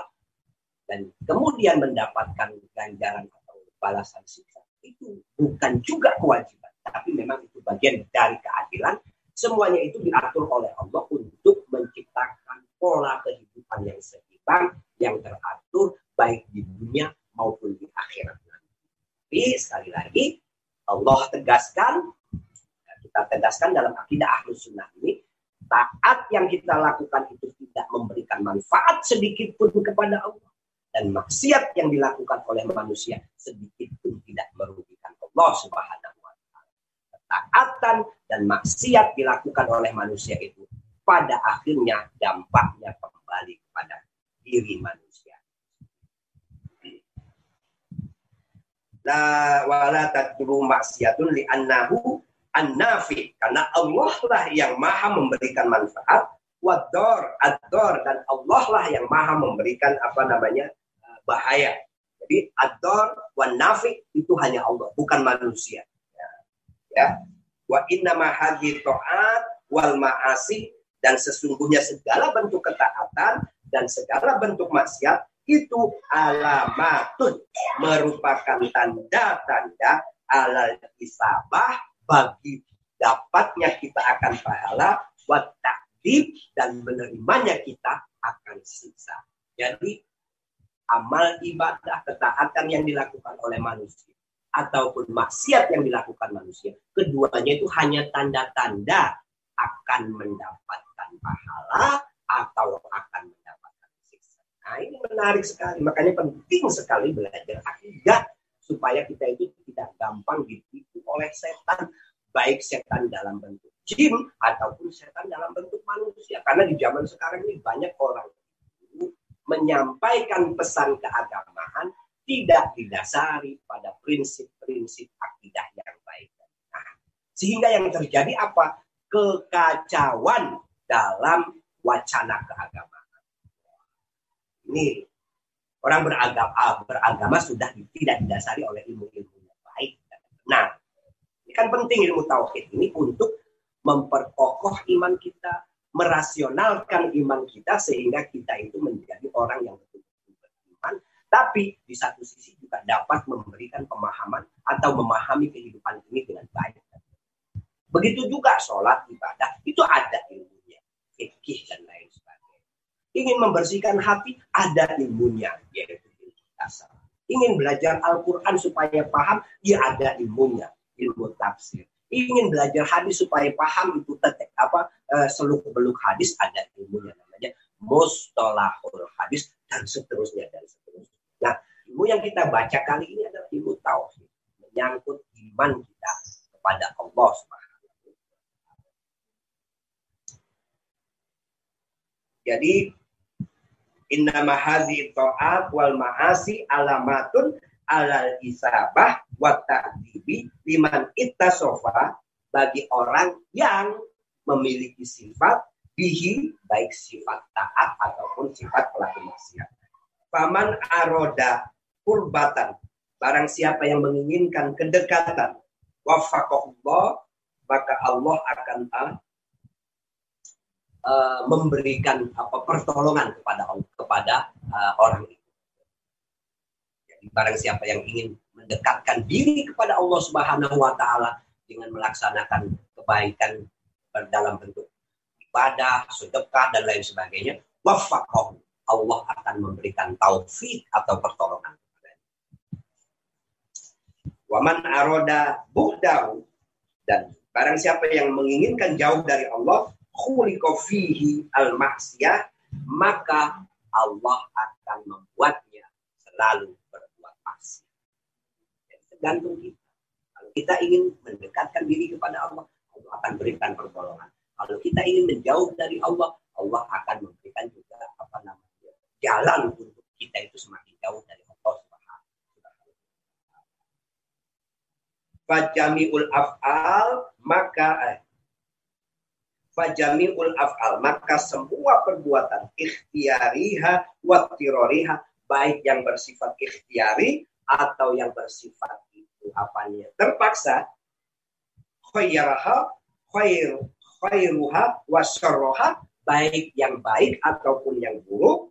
dan kemudian mendapatkan ganjaran atau balasan siksa, itu bukan juga kewajiban, tapi memang itu bagian dari keadilan. Semuanya itu diatur oleh Allah untuk menciptakan pola kehidupan yang seimbang, yang teratur baik di dunia maupun di akhirat. Tapi sekali lagi Allah tegaskan, kita tegaskan dalam akidah Ahlus Sunnah ini, taat yang kita lakukan itu tidak memberikan manfaat sedikit pun kepada Allah. Dan maksiat yang dilakukan oleh manusia sedikit pun tidak merugikan Allah Subhanahu wa taala. Ketaatan dan maksiat dilakukan oleh manusia itu pada akhirnya dampaknya kembali kepada diri manusia. La wala tadru maksiatun li annahu an-nafi, karena Allah lah yang maha memberikan manfaat, wador, ad-dor, dan Allah lah yang maha memberikan bahaya. Jadi ad-dor wan nafi itu hanya Allah, bukan manusia. Ya. Wa inna ma hadhi ta'at wal ma'asi, dan sesungguhnya segala bentuk ketaatan dan segala bentuk maksiat itu alamatun, merupakan tanda-tanda alal isabah, bagi dapatnya kita akan pahala, wa ta'dib, dan menerimanya kita akan siksa. Jadi amal ibadah, ketaatan yang dilakukan oleh manusia ataupun maksiat yang dilakukan manusia, keduanya itu hanya tanda-tanda akan mendapatkan pahala atau akan mendapatkan siksa. Nah, ini menarik sekali, makanya penting sekali belajar akidah supaya kita itu tidak gampang ditipu oleh setan, baik setan dalam bentuk jin ataupun setan dalam bentuk manusia. Karena di zaman sekarang ini banyak orang menyampaikan pesan keagamaan tidak didasari pada prinsip-prinsip akidah yang baik. Nah, sehingga yang terjadi apa? Kekacauan dalam wacana keagamaan. Ini orang beragama sudah tidak didasari oleh ilmu-ilmu yang baik. Nah, ini kan penting ilmu tauhid ini untuk memperkokoh iman kita, merasionalkan iman kita sehingga kita itu menjadi orang yang betul-betul beriman, tapi di satu sisi juga dapat memberikan pemahaman atau memahami kehidupan ini dengan baik. Begitu juga sholat, ibadah, itu ada ilmunya, fikih dan lain sebagainya. Ingin membersihkan hati, ada ilmunya, yaitu ilmu dasar. Ingin belajar Al-Quran supaya paham, ya ada ilmunya, ilmu tafsir. Ingin belajar hadis supaya paham itu seluk-beluk hadis, ada ilmunya namanya mustalahul hadis dan seterusnya dan seterusnya. Nah, ilmu yang kita baca kali ini adalah ilmu tauhid, menyangkut iman kita kepada Allah Subhanahu wa Ta'ala. Jadi innama hadhihi ta'at wal ma'asi alamatun alal isabah wa ta'dibi liman ittasofa, bagi orang yang memiliki sifat bihi, baik sifat taat ataupun sifat pelaku maksiat. Faman aroda kurbatan, barang siapa yang menginginkan kedekatan, wafaqahullah, maka Allah akan memberikan pertolongan kepada orang itu. Jadi barang siapa yang ingin mendekatkan diri kepada Allah Subhanahu wa Ta'ala dengan melaksanakan kebaikan dalam bentuk ibadah, sedekah dan lain sebagainya, wafaqahu, Allah akan memberikan taufik atau pertolongan. Waman aroda bu'dahu, dan barang siapa yang menginginkan jauh dari Allah, khuliqa fihi al-maksiyah, maka Allah akan membuatnya selalu berbuat maksiat. Tergantung kita. Kalau kita ingin mendekatkan diri kepada Allah, Allah akan berikan pertolongan. Kalau kita ingin menjauh dari Allah, Allah akan memberikan juga jalan untuk kita itu semakin jauh dari Allah Subhanahu wa Ta'ala. Fajami'ul af'al, maka semua perbuatan ikhtiyariha wa tiroriha, baik yang bersifat ikhtiari atau yang bersifat itu terpaksa, khairuha wa syarruha, baik yang baik ataupun yang buruk,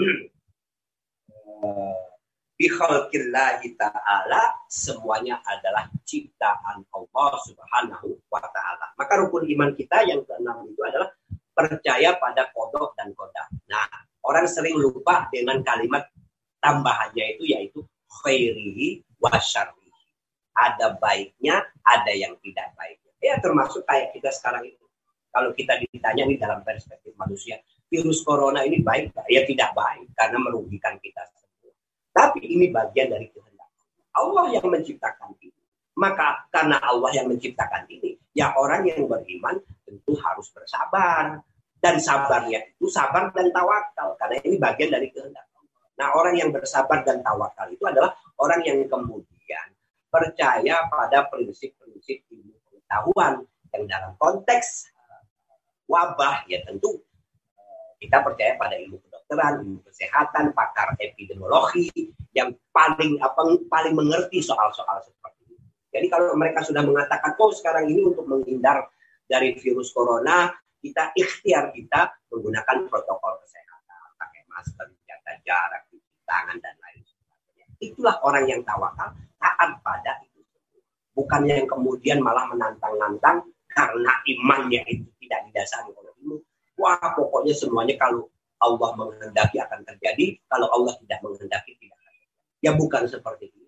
bi khalqillahi ta'ala, semuanya adalah ciptaan Allah Subhanahu wa Ta'ala. Maka rukun iman kita yang keenam itu adalah percaya pada qada dan qadar. Nah, orang sering lupa dengan kalimat tambahannya itu, yaitu khairihi wa syarrihi. Ada baiknya, ada yang tidak baiknya. Ya, termasuk kayak kita sekarang itu. Kalau kita ditanya nih dalam perspektif manusia, virus corona ini baik? Ya tidak baik, karena merugikan kita semua. Tapi ini bagian dari kehendak Allah yang menciptakan ini. Maka karena Allah yang menciptakan ini, ya orang yang beriman tentu harus bersabar. Dan sabarnya itu sabar dan tawakal, karena ini bagian dari kehendak Allah. Nah, orang yang bersabar dan tawakal itu adalah orang yang kemudian percaya pada prinsip-prinsip ilmu pengetahuan yang dalam konteks wabah, ya tentu kita percaya pada ilmu kedokteran, ilmu kesehatan, pakar epidemiologi yang paling mengerti soal-soal seperti ini. Jadi kalau mereka sudah mengatakan, sekarang ini untuk menghindar dari virus corona, kita ikhtiar kita menggunakan protokol kesehatan, pakai masker, jaga jarak, cuci tangan dan lain sebagainya. Itulah orang yang tawakal, taat pada itu. Bukan yang kemudian malah menantang-nantang karena imannya itu tidak didasari oleh ilmu. Wah, pokoknya semuanya kalau Allah menghendaki akan terjadi, kalau Allah tidak menghendaki tidak akan terjadi. Ya bukan seperti itu.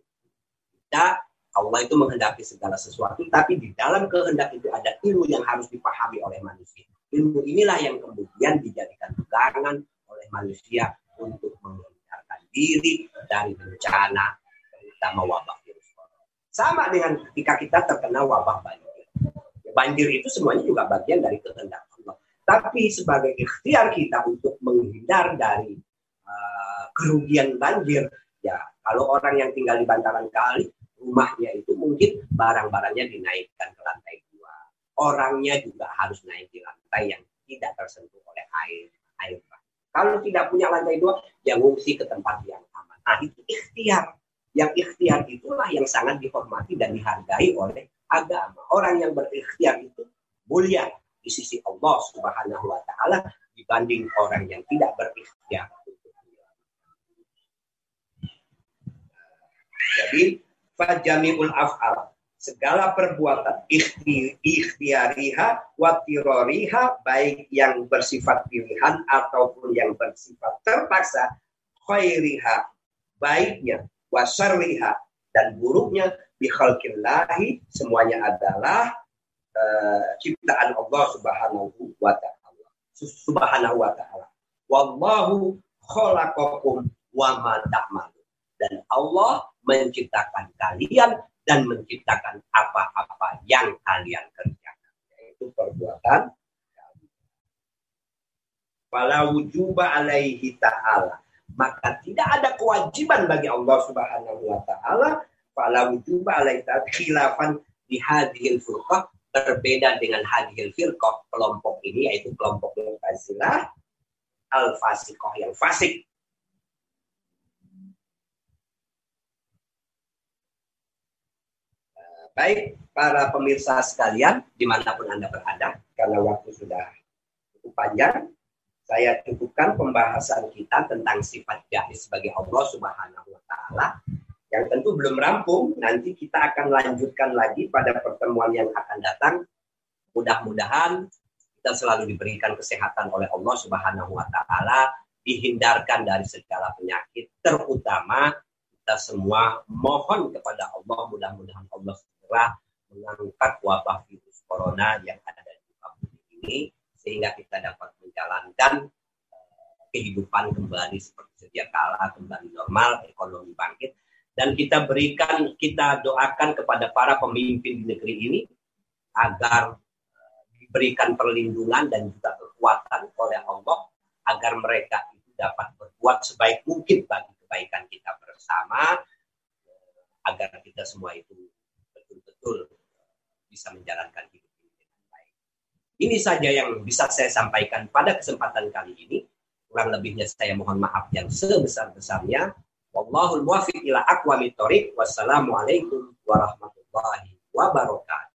Allah itu menghendaki segala sesuatu, tapi di dalam kehendak itu ada ilmu yang harus dipahami oleh manusia. Ilmu inilah yang kemudian dijadikan pegangan oleh manusia untuk menghindarkan diri dari bencana, terutama wabah virus corona. Sama dengan ketika kita terkena wabah banjir. Banjir itu semuanya juga bagian dari kehendak Allah. Tapi sebagai ikhtiar kita untuk menghindar dari kerugian banjir, ya kalau orang yang tinggal di bantaran kali, rumahnya itu mungkin barang-barangnya dinaikkan ke lantai 2. Orangnya juga harus naik di lantai yang tidak tersentuh oleh air. Kalau tidak punya lantai 2, dia ngungsi ke tempat yang aman. Nah, itu ikhtiar. Yang ikhtiar itulah yang sangat dihormati dan dihargai oleh agama. Orang yang berikhtiar itu mulia di sisi Allah Subhanahu wa taala dibanding orang yang tidak berikhtiar. Jadi fajamiul af'al, segala perbuatan ikhtiyariha wa tiroriha, baik yang bersifat pilihan ataupun yang bersifat terpaksa, khairiha, baiknya, wa syarriha, dan buruknya, bi khalqillahi, semuanya adalah ciptaan Allah Subhanahu wa taala. Wallahu khalaqakum wa ma ta'malun. Dan Allah menciptakan kalian dan menciptakan apa-apa yang kalian kerjakan, yaitu perbuatan. Fala wujuba alaihi ta'ala, maka tidak ada kewajiban bagi Allah Subhanahu wa taala. Fala wujuba alaihi ta'ala khilafan di hadhil furqah, berbeda dengan hadhil firqah, kelompok ini yaitu kelompok Mu'tazilah al-fasiqah, yang fasik. Baik para pemirsa sekalian, dimanapun Anda berada, karena waktu sudah cukup panjang, saya cukupkan pembahasan kita tentang sifat jahil sebagai Allah Subhanahu wa taala, yang tentu belum rampung. Nanti kita akan lanjutkan lagi pada pertemuan yang akan datang. Mudah-mudahan kita selalu diberikan kesehatan oleh Allah Subhanahu wa taala, dihindarkan dari segala penyakit, terutama kita semua mohon kepada Allah, mudah-mudahan Allah segera mengangkat wabah virus corona yang ada di muka bumi ini, sehingga kita dapat menjalankan kehidupan kembali seperti sedia kala, kembali normal, ekonomi bangkit, dan kita doakan kepada para pemimpin di negeri ini agar diberikan perlindungan dan juga kekuatan oleh Allah, agar mereka itu dapat berbuat sebaik mungkin bagi kebaikan kita bersama, agar kita semua itu betul-betul bisa menjalankan hidup ini dengan baik. Ini saja yang bisa saya sampaikan pada kesempatan kali ini. Kurang lebihnya saya mohon maaf yang sebesar-besarnya. Wallahul muwaffiq ila aqwamit thoriq. Wassalamualaikum warahmatullahi wabarakatuh.